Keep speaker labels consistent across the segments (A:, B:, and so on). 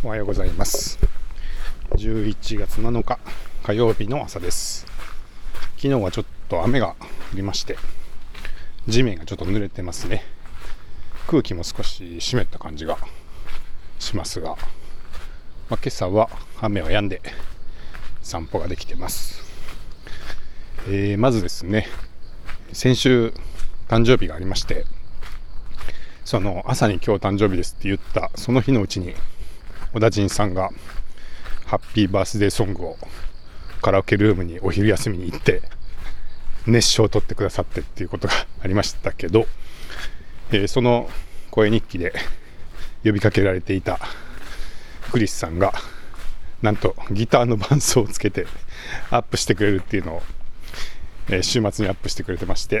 A: おはようございます。11月7日火曜日の朝です。昨日はちょっと雨が降りまして、地面がちょっと濡れてますね。空気も少し湿った感じがしますが、今朝は雨は止んで散歩ができてます。まずですね、先週誕生日がありまして、その朝に今日誕生日ですって言ったその日のうちに小田陣さんがハッピーバースデーソングをカラオケルームにお昼休みに行って熱唱を取ってくださってっていうことがありましたけど、その声日記で呼びかけられていたクリスさんがなんとギターの伴奏をつけてアップしてくれるっていうのを、週末にアップしてくれてまして、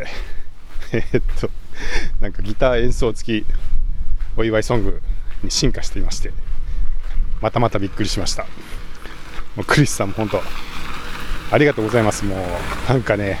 A: なんかギター演奏付きお祝いソングに進化していまして、またびっくりしました。もうクリスさんも本当ありがとうございます。もうなんかね、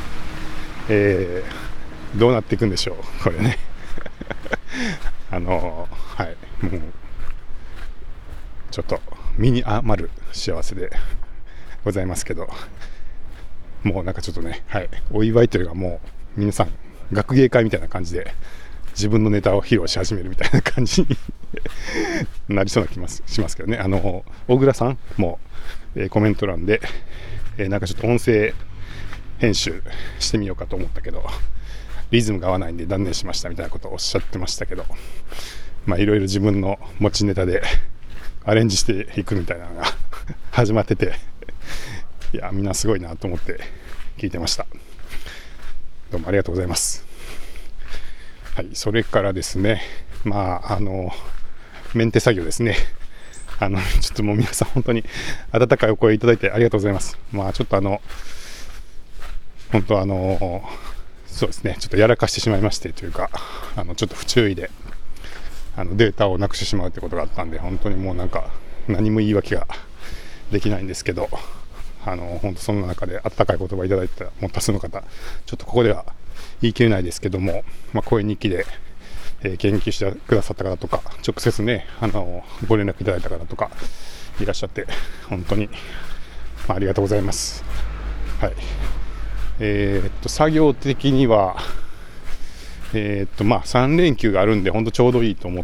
A: どうなっていくんでしょうこれねはい、もうちょっと身に余る幸せでございますけど、もうなんかちょっとね、はい、お祝いというかもう皆さん学芸会みたいな感じで自分のネタを披露し始めるみたいな感じになりそうな気もしますけどね。大倉さんも、コメント欄で、なんかちょっと音声編集してみようかと思ったけどリズムが合わないんで断念しましたみたいなことをおっしゃってましたけど、まあいろいろ自分の持ちネタでアレンジしていくみたいなのが始まってて、いやみんなすごいなと思って聞いてました。どうもありがとうございます。はい、それからですね、メンテ作業ですね。ちょっともう皆さん本当に温かいお声いただいてありがとうございます。ちょっと本当そうですね、ちょっとやらかしてしまいましてというか、ちょっと不注意でデータをなくしてしまうということがあったんで、本当にもうなんか何も言い訳ができないんですけど、本当その中で温かい言葉いただいたもう多数の方、ちょっとここでは言い切れないですけども、声日記で、研究してくださった方とか、直接ねご連絡いただいた方とかいらっしゃって、本当に、ありがとうございます。はい。作業的には3連休があるんで本当ちょうどいいと思って、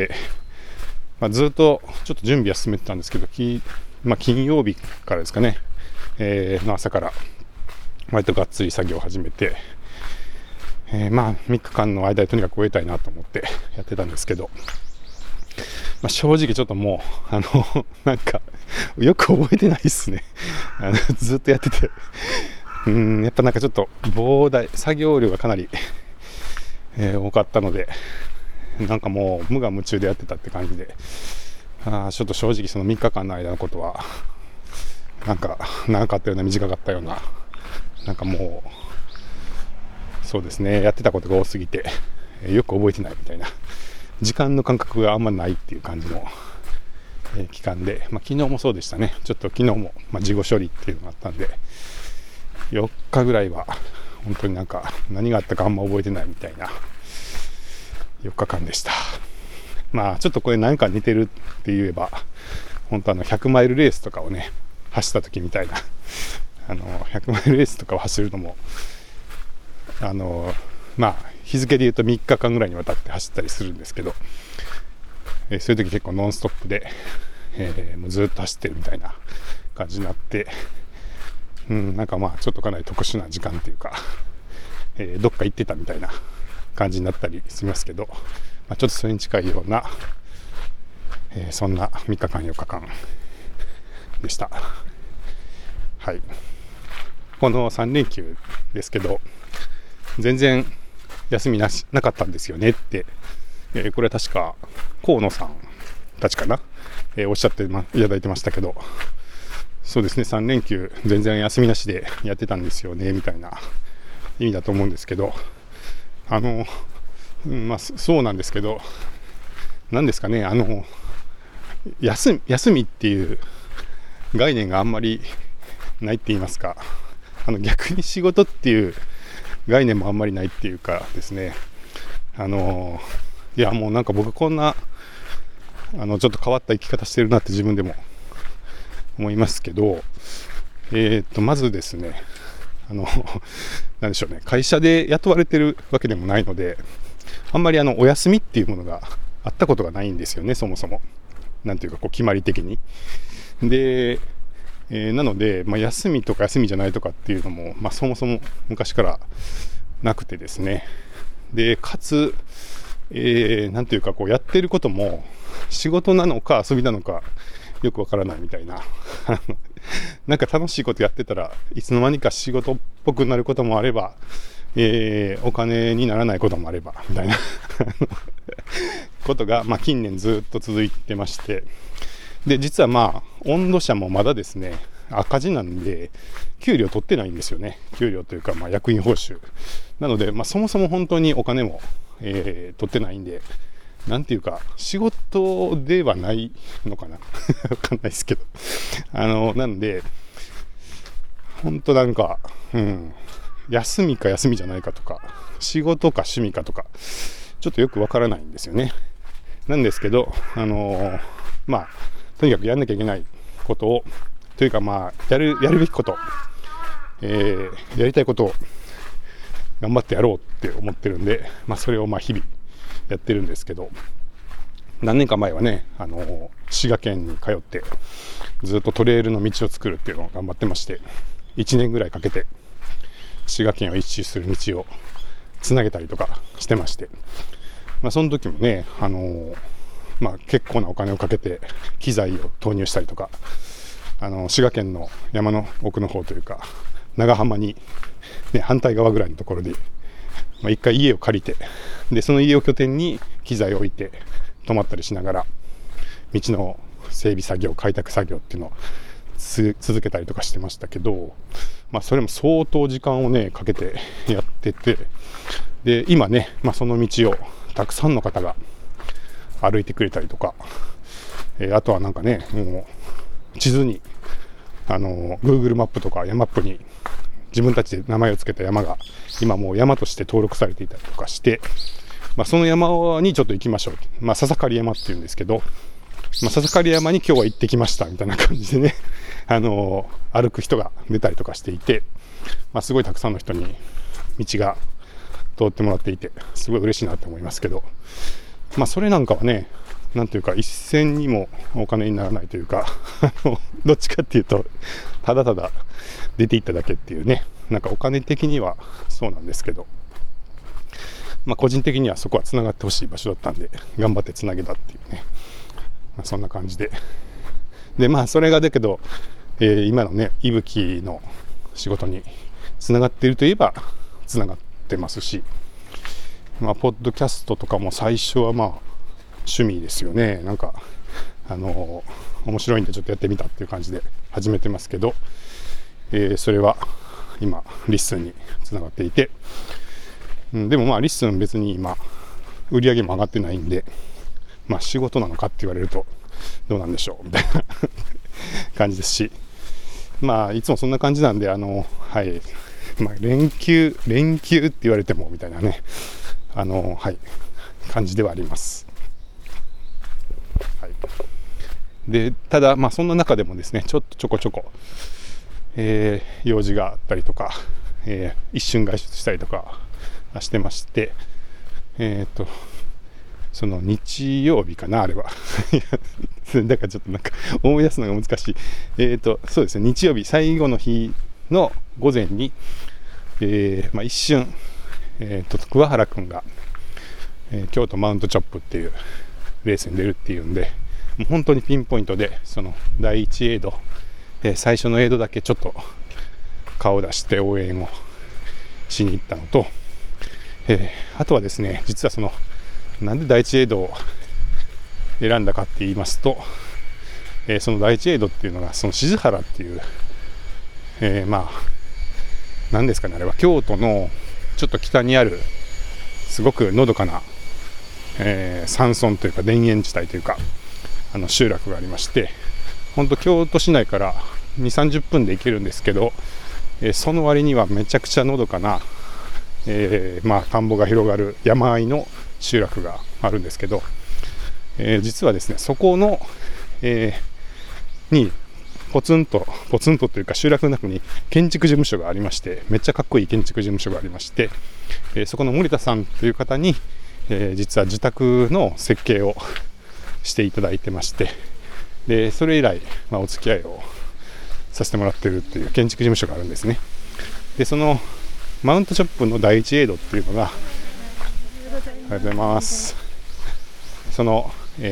A: ずっとちょっと準備は進めてたんですけど、金曜日からですかね、の朝から割とがっつり作業を始めて、3日間の間でとにかく終えたいなと思ってやってたんですけど、正直ちょっともうなんかよく覚えてないですねずっとやってて、やっぱなんかちょっと膨大作業量がかなり、多かったので、なんかもう無我夢中でやってたって感じで、ちょっと正直その3日間の間のことはなんか長かったような短かったような、なんかもうそうですね、やってたことが多すぎてよく覚えてないみたいな、時間の感覚があんまないっていう感じの、期間で、昨日もそうでしたね。ちょっと昨日も、事後処理っていうのがあったんで、4日ぐらいは本当になんか何があったかあんま覚えてないみたいな4日間でした。ちょっとこれ何か似てるって言えば、本当100マイルレースとかをね走った時みたいな100マイルレースとかを走るのも日付で言うと3日間ぐらいにわたって走ったりするんですけど、そういう時結構ノンストップで、もうずっと走ってるみたいな感じになって、なんかちょっとかなり特殊な時間っていうか、どっか行ってたみたいな感じになったりしますけど、ちょっとそれに近いような、そんな3日間4日間でした。はい。この3連休ですけど、全然休みなかったんですよねって、これは確か河野さんたちかな、おっしゃっていただいてましたけど、そうですね、3連休全然休みなしでやってたんですよねみたいな意味だと思うんですけど、そうなんですけど、なんですかね、休みっていう概念があんまりないって言いますか、逆に仕事っていう概念もあんまりないっていうかですね、いやもうなんか僕こんなちょっと変わった生き方してるなって自分でも思いますけど、まずですね、なんでしょうね、会社で雇われてるわけでもないので、あんまりお休みっていうものがあったことがないんですよね、そもそも。なんていうか、こう決まり的に。で、なので、休みとか休みじゃないとかっていうのも、そもそも昔からなくてですね。で、かつ、なんていうか、こうやってることも仕事なのか遊びなのかよくわからないみたいな。なんか楽しいことやってたらいつの間にか仕事っぽくなることもあれば、お金にならないこともあればみたいなことが、近年ずっと続いてまして、で実は温度社もまだですね赤字なんで給料取ってないんですよね。給料というか役員報酬なので、そもそも本当にお金も、取ってないんで、なんていうか仕事ではないのかなわかんないですけどなんで本当なんか、休みか休みじゃないかとか仕事か趣味かとかちょっとよくわからないんですよね。なんですけどとにかくやんなきゃいけないことをというかやるべきこと、やりたいことを頑張ってやろうって思ってるんで、それを日々やってるんですけど、何年か前はね滋賀県に通ってずっとトレイルの道を作るっていうのを頑張ってまして、1年ぐらいかけて滋賀県を一周する道をつなげたりとかしてまして、その時もね結構なお金をかけて機材を投入したりとか、滋賀県の山の奥の方というか長浜に、反対側ぐらいのところで、一回家を借りて、でその家を拠点に機材を置いて泊まったりしながら道の整備作業開拓作業っていうのを続けたりとかしてましたけど、それも相当時間をねかけてやってて、で今ね、その道をたくさんの方が歩いてくれたりとか、あとはなんかねもう地図にGoogle マップとかヤマップに自分たちで名前を付けた山が今もう山として登録されていたりとかして、その山にちょっと行きましょう、笹刈山っていうんですけど、笹刈山に今日は行ってきましたみたいな感じでね歩く人が出たりとかしていて、すごいたくさんの人に道が通ってもらっていてすごい嬉しいなと思いますけど、それなんかはねなんていうか一銭にもお金にならないというかどっちかっていうとただただ出ていっただけっていうね、なんかお金的にはそうなんですけど、個人的にはそこはつながってほしい場所だったんで頑張ってつなげたっていうね、そんな感じでそれがだけど、今のねいぶきの仕事につながっているといえばつながってますし、ポッドキャストとかも最初は趣味ですよね。なんか面白いんでちょっとやってみたっていう感じで始めてますけど、それは今リッスンにつながっていて、でもリッスン別に今売り上げも上がってないんで、仕事なのかって言われるとどうなんでしょうみたいな感じですし、いつもそんな感じなんで連休って言われてもみたいなね感じではあります。でただそんな中でもですねちょこちょこ、用事があったりとか、一瞬外出したりとかしてまして、その日曜日かなあれはだからちょっとなんか思い出すのが難しい。そうですね、日曜日最後の日の午前に、一瞬、桑原くんが、京都マウントチョップっていうレースに出るっていうんで、もう本当にピンポイントでその第1エイド、最初のエイドだけちょっと顔を出して応援をしに行ったのと、あとはですね、実はそのなんで第1エイドを選んだかって言いますと、その第1エイドっていうのがその静原っていう、何ですかね、あれは京都のちょっと北にあるすごくのどかな、山村というか田園地帯というか集落がありまして、本当京都市内から 2,30 分で行けるんですけど、その割にはめちゃくちゃのどかな、田んぼが広がる山あいの集落があるんですけど、 実はですね、そこの、にポツンとというか集落の中に建築事務所がありまして、めっちゃかっこいい建築事務所がありまして、そこの森田さんという方に、実は自宅の設計をしていただいてまして、でそれ以来、お付き合いをさせてもらっているという建築事務所があるんですね。でそのマウントショップの第一エイドっていうのが、ありがとうございます、その、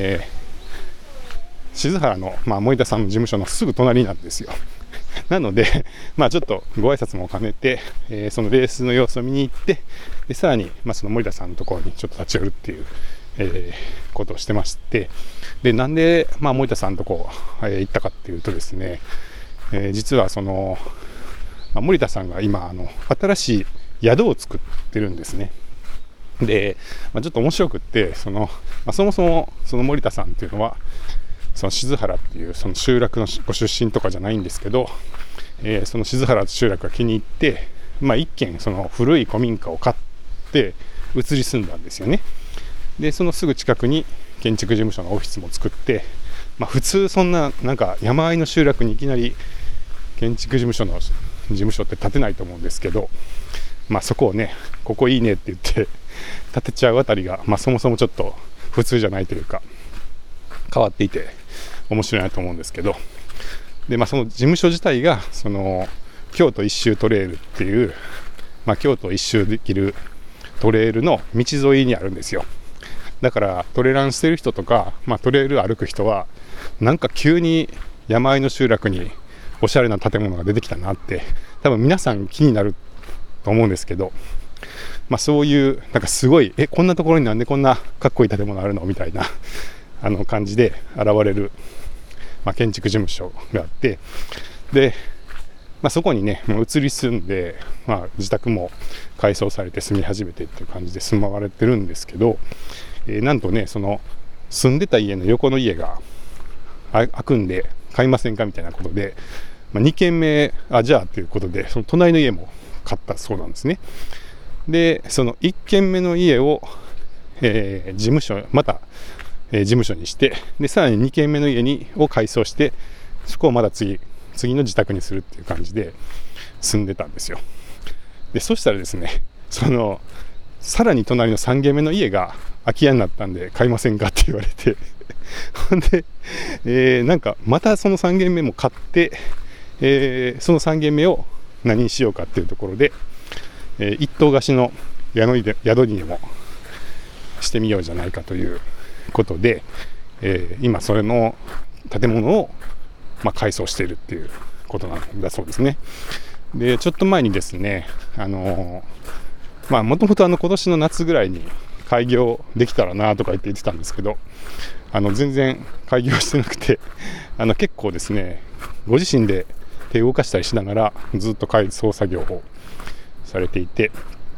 A: 静原の、森田さんの事務所のすぐ隣なんですよ。なので、ちょっとご挨拶も兼ねて、そのレースの様子を見に行って、でさらに、その森田さんのところにちょっと立ち寄るっていう、ことをしてまして、でなんで、森田さんのところ、行ったかっていうとですね、実はその、森田さんが今新しい宿を作ってるんですね。で、ちょっと面白くってそもそもその森田さんっていうのはその静原っていうその集落のご出身とかじゃないんですけど、その静原集落が気に入って、一軒その古い古民家を買って移り住んだんですよね。でそのすぐ近くに建築事務所のオフィスも作って、普通そんななんか山あいの集落にいきなり建築事務所の事務所って建てないと思うんですけど、そこをね、ここいいねって言って建てちゃうあたりが、そもそもちょっと普通じゃないというか変わっていて面白いなと思うんですけど、で、その事務所自体がその京都一周トレイルっていう、京都一周できるトレイルの道沿いにあるんですよ。だからトレランしてる人とか、トレイル歩く人はなんか急に山あいの集落におしゃれな建物が出てきたなって多分皆さん気になると思うんですけど、そういうなんかすごいこんなところになんでこんなかっこいい建物あるのみたいな感じで現れる、建築事務所があって、で、そこにねもう移り住んで、自宅も改装されて住み始めてっていう感じで住まわれてるんですけど、なんとねその住んでた家の横の家が開くんで買いませんかみたいなことで、2軒目じゃあということでその隣の家も買ったそうなんですね。でその1軒目の家を、事務所また、事務所にして、でさらに2軒目の家を改装して、そこをまだ次の自宅にするっていう感じで住んでたんですよ。でそしたらですね、そのさらに隣の3軒目の家が空き家になったんで買いませんかって言われてほんで、なんかまたその3軒目も買って、その3軒目を何にしようかっていうところで、一棟貸しの宿にもしてみようじゃないかということで、今それの建物を、改装しているっていうことなんだそうですね。でちょっと前にですね、もともと今年の夏ぐらいに開業できたらなとか言ってたんですけど、全然開業してなくて、結構ですねご自身で手を動かしたりしながらずっと改装作業をされていて、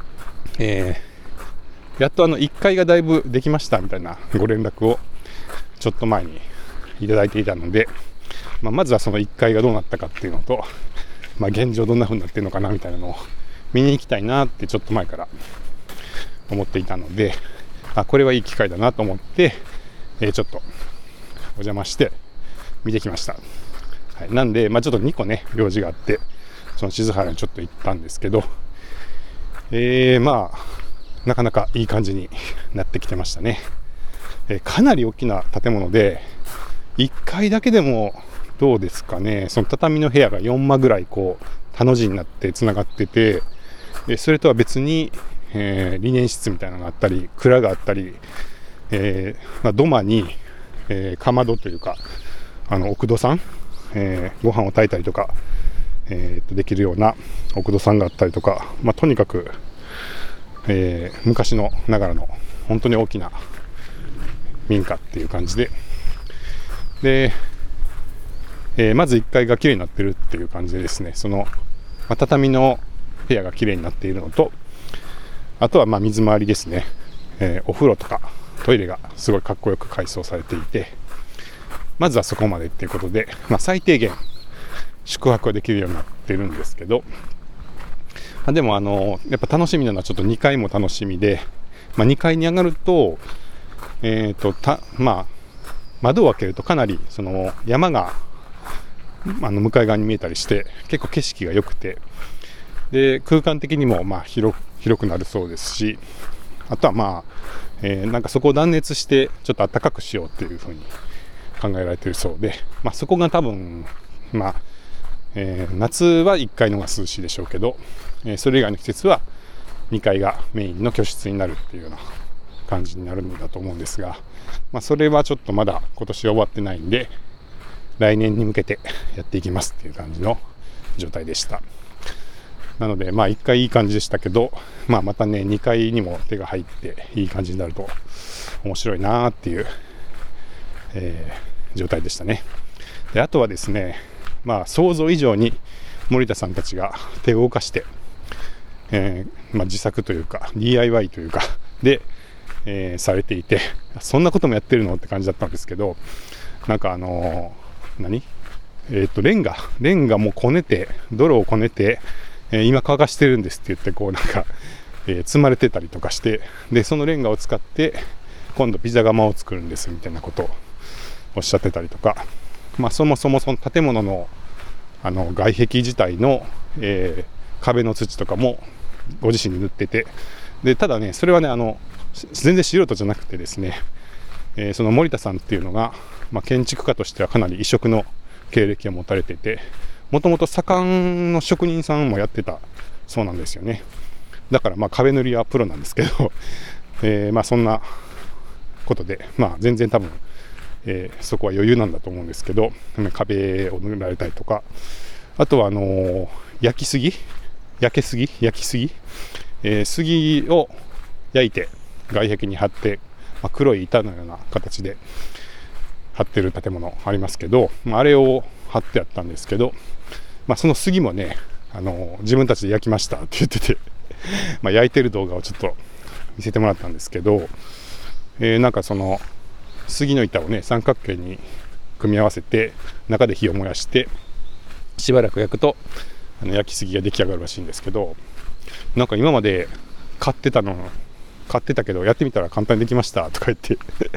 A: やっと1階がだいぶできましたみたいなご連絡をちょっと前にいただいていたので、まずはその1階がどうなったかっていうのと、現状どんな風になってるのかなみたいなのを見に行きたいなってちょっと前から思っていたので、これはいい機会だなと思って、ちょっとお邪魔して見てきました。なんで、ちょっと2個ね用事があってその静原にちょっと行ったんですけど、なかなかいい感じになってきてましたね。かなり大きな建物で1階だけでもどうですかね、その畳の部屋が4間ぐらいこう田の字になってつながってて、それとは別に、理念室みたいなのがあったり蔵があったり、土間に、かまどというか奥戸さん、ご飯を炊いたりとか、できるような奥戸さんがあったりとか、とにかく、昔のながらの本当に大きな民家っていう感じで、まず1階が綺麗になってるっていう感じでですね、その、畳の部屋が綺麗になっているのと、あとは水回りですね、お風呂とかトイレがすごいかっこよく改装されていて、まずはそこまでっていうことで、最低限宿泊はできるようになってるんですけど、でもやっぱ楽しみなのはちょっと2階も楽しみで、2階に上がると窓を開けるとかなりその山が向かい側に見えたりして結構景色が良くて、で空間的にも広くなるそうですし、あとはなんかそこを断熱してちょっと暖かくしようっていうふうに考えられているそうで、そこが多分夏は1階の方が涼しいでしょうけど、それ以外の季節は2階がメインの居室になるっていうような感じになるんだと思うんですが、それはちょっとまだ今年は終わってないんで、来年に向けてやっていきますっていう感じの状態でした。なので1回いい感じでしたけど、またね2階にも手が入っていい感じになると面白いなっていう、状態でしたね。であとはですね、想像以上に森田さんたちが手を動かして、自作というか DIY というかで、されていて、そんなこともやってるのって感じだったんですけど、なんかレンガもこねて、泥をこねて、今乾かしてるんですって言って積まれてたりとかして、でそのレンガを使って今度ピザ窯を作るんですみたいなことをおっしゃってたりとか、そもそもその建物の外壁自体の、壁の土とかもご自身に塗ってて、でただねそれはね全然素人じゃなくてですね、その森田さんっていうのが、建築家としてはかなり異色の経歴を持たれていて、もともと左官の職人さんもやってたそうなんですよね。だから壁塗りはプロなんですけど、そんなことで、全然多分、そこは余裕なんだと思うんですけど、壁を塗られたりとか、あとは焼き杉、杉を焼いて外壁に貼って、黒い板のような形で貼ってる建物ありますけど、あれを貼ってあったんですけど、その杉もね自分たちで焼きましたって言ってて焼いてる動画をちょっと見せてもらったんですけど、なんかその杉の板をね三角形に組み合わせて中で火を燃やしてしばらく焼くと焼き杉が出来上がるらしいんですけど、なんか今まで買ってたけどやってみたら簡単にできましたとか言って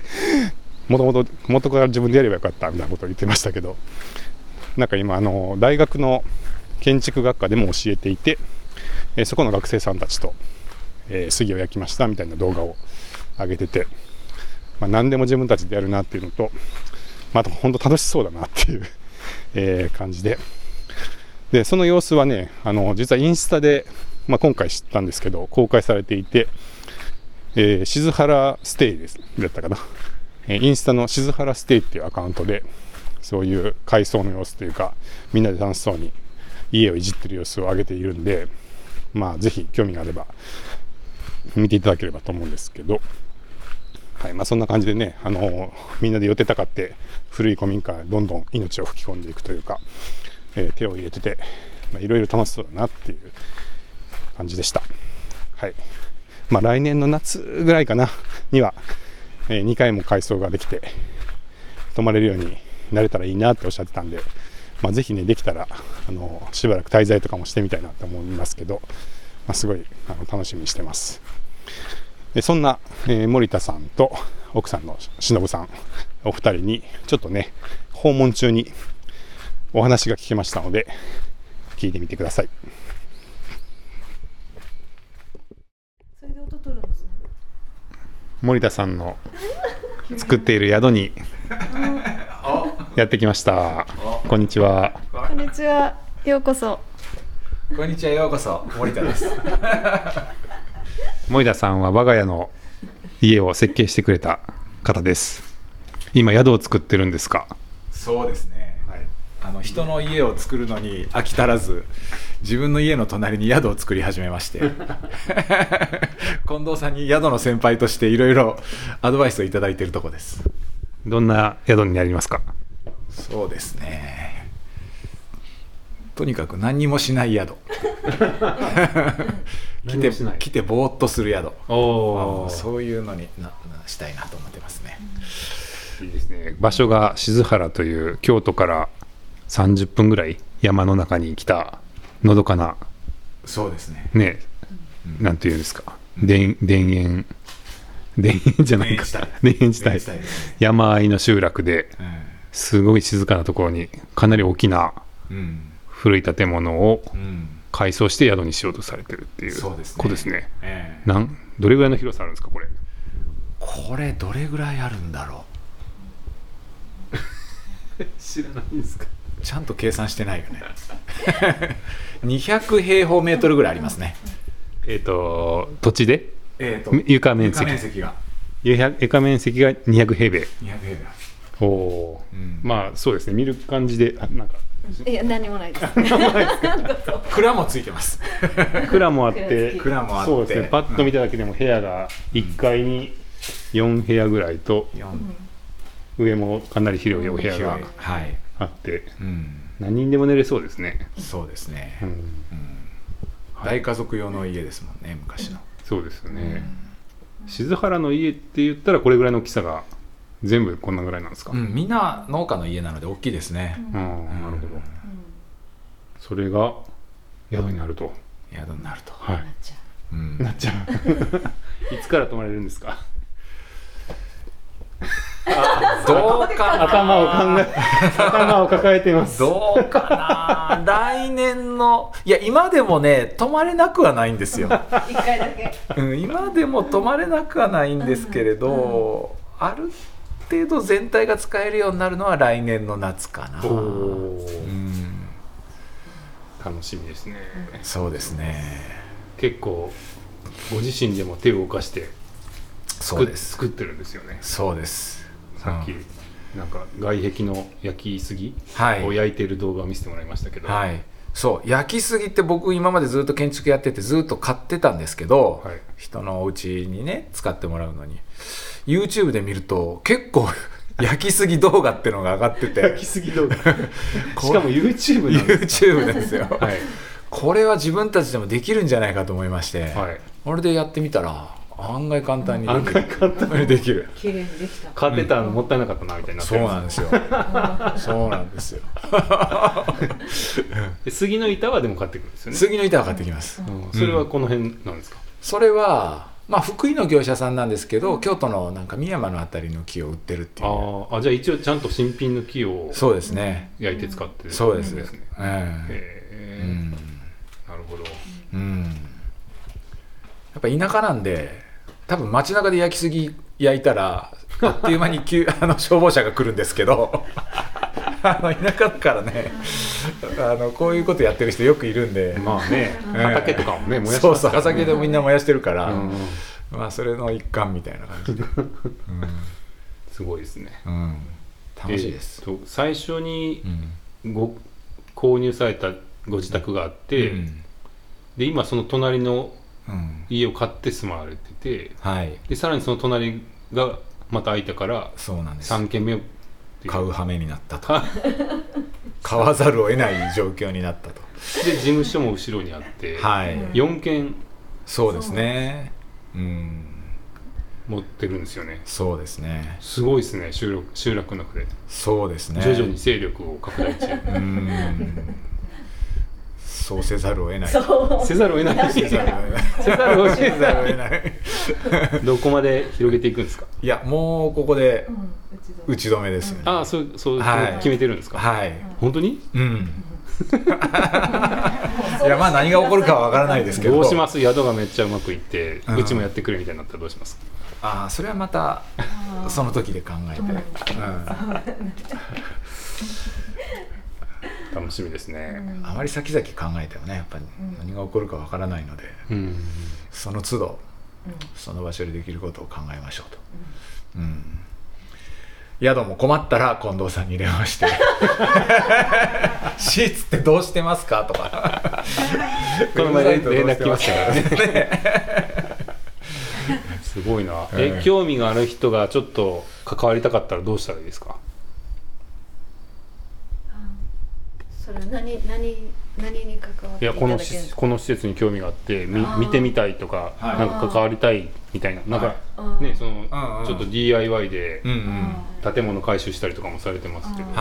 A: 元から自分でやればよかったみたいなことを言ってましたけど、なんか今大学の建築学科でも教えていて、そこの学生さんたちと、杉を焼きましたみたいな動画を上げてて、何でも自分たちでやるなっていうのと、本当楽しそうだなっていう、感じで、その様子はね実はインスタで、今回知ったんですけど公開されていて、静原ステイだったかな、インスタの静原ステイっていうアカウントでそういう改装の様子というか、みんなで楽しそうに家をいじってる様子を上げているんで、ぜひ興味があれば見ていただければと思うんですけど、そんな感じでねみんなで寄ってたかって古い古民家どんどん命を吹き込んでいくというか、手を入れてていろいろ楽しそうだなっていう感じでした。来年の夏ぐらいかなには、2回も改装ができて泊まれるようになれたらいいなっておっしゃってたんで、ぜひねできたらしばらく滞在とかもしてみたいなと思いますけど、すごい楽しみにしてます。でそんな、森田さんと奥さんの忍さんお二人にちょっとね訪問中にお話が聞けましたので聞いてみてください。
B: それで音取るんですね。
A: 森田さんの作っている宿にやってきました。こんにちは。
B: こんにちは。ようこそ。
C: こんにちは。ようこそ。森田です。
A: 森田さんは我が家の家を設計してくれた方です。今宿を作ってるんですか？
C: そうですね。人の家を作るのに飽き足らず、自分の家の隣に宿を作り始めまして近藤さんに宿の先輩としていろいろアドバイスをいただいているところです。
A: どんな宿になりますか？
C: そうですね、とにかく何にもしない宿来てぼーっとする宿、そういうのにしたいなと思ってますね。
A: いいですね。場所が静原という京都から30分ぐらい山の中に来たのどかな、
C: そうですね、
A: なんていうんですか、田園田園じゃないか。田園地帯。山あいの集落で、すごい静かなところに、かなり大きな古い建物を改装して宿にしようとされてるっていうことですね。どれぐらいの広さあるんですか、これ。
C: これ、どれぐらいあるんだろ
A: う。知らないんですか。
C: ちゃんと計算してないよね。200平方メートルぐらいありますね。
A: 土地で床面積が200平米。おお、まあそうですね、見る感じでなんか
B: いや何もないです。
C: 蔵もついてます。
A: 蔵もあって、
C: そう
A: ですね、パッと見ただけでも部屋が1階に4部屋ぐらいと、上もかなり広いお部屋があって、何人でも寝れそうですね。
C: そうですね。大家族用の家ですもんね、昔の。
A: そうですよね。静原の家って言ったらこれぐらいの大きさが全部こんなぐらいなんですか。
C: みんな農家の家なので大きいですね。
A: なるほど。それが宿になると。
C: 宿になると。
A: はい。なっちゃう。いつから泊まれるんですか。
C: どうかな。
A: 頭を抱えています。
C: どうかな。来年の、いや今でもね泊まれなくはないんですよ。
B: 一回だけ。
C: 今でも泊まれなくはないんですけれど、ある程度全体が使えるようになるのは来年の夏かな。
A: 楽しみですね。
C: そうですね。
A: 結構ご自身でも手を動かして作ってるんですよね。
C: そうです。
A: さっきなんか外壁の焼き杉を焼いている動画を見せてもらいましたけど、
C: そう焼き杉って僕今までずっと建築やっててずっと買ってたんですけど、人のお家にね使ってもらうのに YouTube で見ると結構焼き杉動画ってのが上がってて
A: 焼き杉動画しかも YouTube なんです。
C: YouTube ですよ。これは自分たちでもできるんじゃないかと思いまして、これでやってみたら案外簡単にできる。
B: 綺麗にできた。
A: 買ってたのもったいなかったなみたいな。
C: そうなんですよ。そうなんですよ。
A: 杉の板はでも買ってくるんですよね。
C: 杉の板は買ってきます。
A: それはこの辺なんですか。
C: それはまあ福井の業者さんなんですけど、京都のなんか深山のあたりの木を売ってるっていう。
A: じゃあ一応ちゃんと新品の木を
C: そうですね
A: 焼いて使ってる。
C: そうですね。
A: なるほど。
C: やっぱ田舎なんで多分街中で焼き杉焼いたらあっという間に消防車が来るんですけど田舎からねこういうことやってる人よくいるんで、
A: まあね、畑とかもね燃やして
C: そうそう、畑でみんな燃やしてるから、まあそれの一環みたいな感じで、
A: すごいですね。
C: 楽しいです。
A: 最初に購入されたご自宅があって、で今その隣の家を買って住まわれてて、でさらにその隣がまた空いたから3軒目を
C: 買う羽目になったと。買わざるを得ない状況になったと。
A: で事務所も後ろにあって、4軒
C: そうですね、
A: 持ってるんですよね。
C: そうですね。
A: すごいですね。集落の中で
C: そうですね、
A: 徐々に勢力を拡大中。
C: そうせざるを得ない。
A: せざるを得ない。せざるを得ない。どこまで広げていくんですか。
C: いやもうここで打ち止めですよね。
A: そう決めてるんですか。本当に。い
C: やまあ何が起こるかはわからないですけど。
A: どうします。宿がめっちゃうまくいってうちもやってくれみたいになったらどうします。
C: それはまたその時で考えて。
A: 楽しみですね。
C: あまり先々考えてもねやっぱり何が起こるかわからないので、その都度その場所でできることを考えましょうと。宿も困ったら近藤さんに電話してシーツってどうしてますかとか
A: この前連絡来ましたからね。すごいな。興味がある人がちょっと関わりたかったらどうしたらいいですか。
B: それは何に関わっていただけるんですか。
A: この施設に興味があって見てみたいとか、なんか関わりたいみたいな、なんかね、そのちょっと DIY で建物改修したりとかもされてますけど、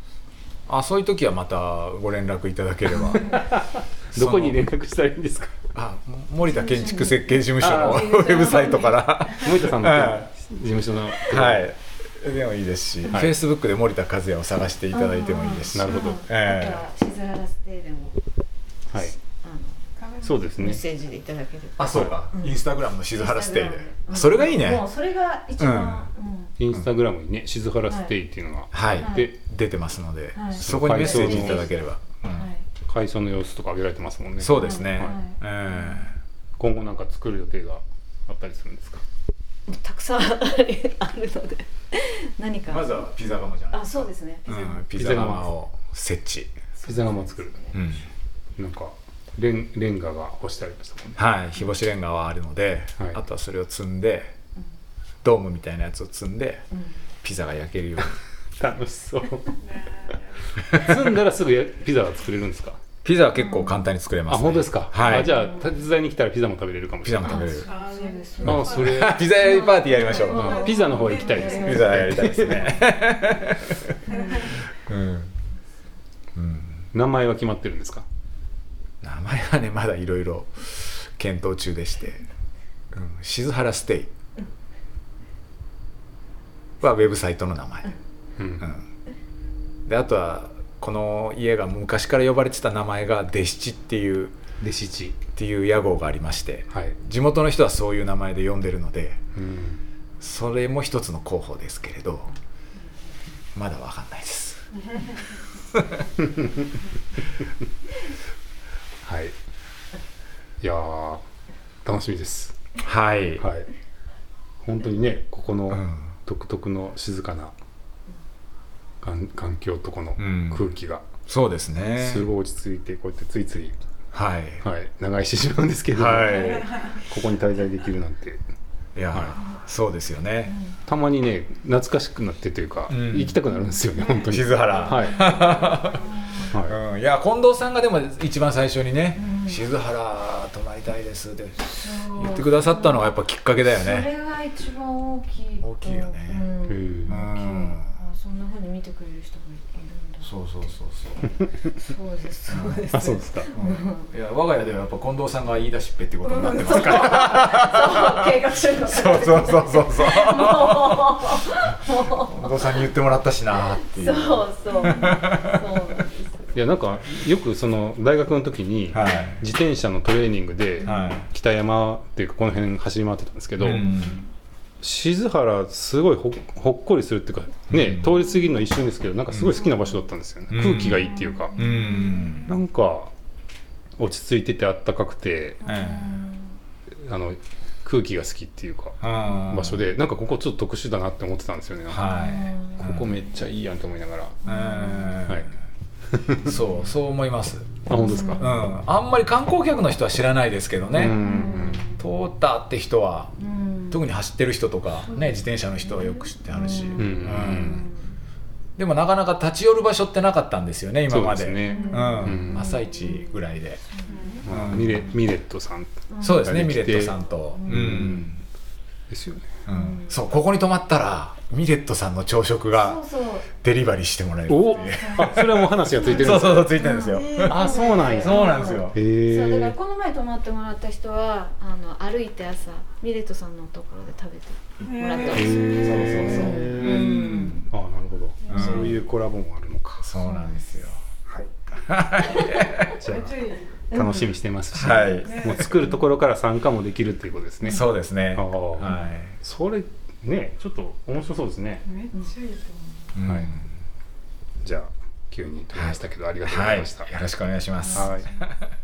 C: そういう時はまたご連絡いただければ。
A: どこに連絡したらいいんですか。
C: あ、森田建築設計事務所のウ
A: あ
C: ェブサイトから
A: 森田さんの
C: は
A: 事務所の
C: はいでもいいですし、
A: はい
C: Facebook で森田和也を探していただいてもいいですし、
A: なるほど
B: あとは静原ステイでも
A: はい
B: あの
A: そうですね
B: メッセージでいただける。
C: あ、そうか、
B: うん
C: インスタグラムの静原ステイで、
B: うん
C: それがいいね。
B: もうそれが一番、
A: インスタグラムにね静原ステイっていうのが
C: はい、
B: はい
C: で出てますので、
B: はい
C: そこにメッセージいただければ、うん
B: うんはい
A: 改装の様子とか上げられてますもんね。
C: そうですね、
B: は
A: 今後なんか作る予定があったりするんですか。
B: もうたくさんあるので何か
C: まずはピザ窯じゃない
B: あ、そうですね。
C: うん、ピザ窯を設置、
A: ピザ窯作る。
C: うん、
A: なんかレンガが干してありましたもんね。
C: はい、日干しレンガはあるので、
A: はい
C: あとはそれを積んでドームみたいなやつを積んでピザが焼けるように
A: 楽しそう。積んだらすぐピザが作れるんですか。
C: ピザは結構簡単に作れます、
A: あ、本当ですか。
C: はい、
A: あ、じゃあ手伝いに来たらピザも食べれるかもし
C: ピ
A: れない。
C: ザも食べれる、
B: そうです。
A: あ、それ
C: ピザやりパーティーやりましょう、
A: うんピザの方行きたいですね。
C: ピザやりたいですねうん、うん、
A: 名前は決まってるんですか。
C: 名前はねまだいろいろ検討中でして、静原ステイはウェブサイトの名前、であとはこの家が昔から呼ばれてた名前がデシチっていう屋号がありまして、
A: はい。
C: 地元の人はそういう名前で呼んでるので、
A: うん。
C: それも一つの候補ですけれどまだ分かんないです
A: はい。いやー楽しみです。
C: はい、
A: はい。本当にね、ここの
C: うん
A: 独特の静かな環境とこの
C: うん
A: 空気が
C: そうですね、
A: すごい落ち着いて、こうやってついつい、
C: はい、
A: はい、長居してしまうんですけれども、
C: は
A: ここに滞在できるなんて、
C: い、いや、
A: は
C: そうですよね、
A: たまにね懐かしくなってというか、
C: うん
A: 行きたくなるんですよね、本当に。
C: 静原、
A: はい。は
C: いや近藤さんがでも一番最初にね「静原泊まりたいです」って言ってくださったのがやっぱきっかけだよ
B: そ
C: ね。
B: れが一番大きい。
C: 大きいよね
B: うん
A: い。へー
B: 大きい。あ、そんな風に見てくれる人がいるんだ。
C: そうそうそうそう
B: そうです。そうです。
A: あ、そうですか。
C: いや我が家ではやっぱ近藤さんが言い出しっぺってことになってますから、
B: そう、計画してるの。
C: そうそうそうそうそう近藤さんに言ってもらったしなーっていう。
B: そうそう。そうなんです。
A: いやなんかよくその大学の時に
C: はい
A: 自転車のトレーニングで
C: はい
A: 北山っていうかこの辺走り回ってたんですけど、
C: うん
A: 静原すごいほっこりするっていうかね、通り過ぎるの一瞬ですけどなんかすごい好きな場所だったんですよね、空気がいいっていうか、
C: うん
A: なんか落ち着いててあったかくて空気が好きっていうか場所でなんかここちょっと特殊だなって思ってたんですよね、なんか
C: はい
A: ここめっちゃいいやんと思いながら、はい
C: そう思います。
A: あ、本当ですか。
C: あんまり観光客の人は知らないですけどね、
A: うん
C: 通ったって人は、
B: うん
C: 特に走ってる人とか、ね、自転車の人はよく知ってあるし、
A: ん
C: でもなかなか立ち寄る場所ってなかったんですよね今まで。
A: そうですね、
C: うん朝一ぐらいで、
A: まあミレットさん
C: そうですね
A: ができて
C: ミレットさんと、
A: ですよね。
C: そうここに泊まったらミレットさんの朝食が
B: そうそう。
C: デリバリーしてもらえるって
A: お
C: いう
A: あ、それはもう話がついてるん
C: そう
A: ですか。
C: そうそうついてるんですよ、
A: あ、そうなんや。
C: そうなんですよ。
A: へ
B: そうだから
A: え。
B: この前泊まってもらった人は歩いて朝ミレットさんのところで食べてもらったんですよ。
C: そうそうそう
B: うん
A: あ、なるほど。そういうコラボもあるのか。
C: そうなんですよ。
A: じゃあ楽しみにしてますし、
C: はい
A: もう作るところから参加もできるっていうことですね。
C: そうですね。
A: ああ
C: は
A: それね、ちょっと面白そうですね。
D: めっちゃいいと思う。
C: い。
A: はいじゃあ急に撮りましたけど、ありがとうご
C: はい。よ
A: ざいました。
C: ろしくお願いします。
A: はい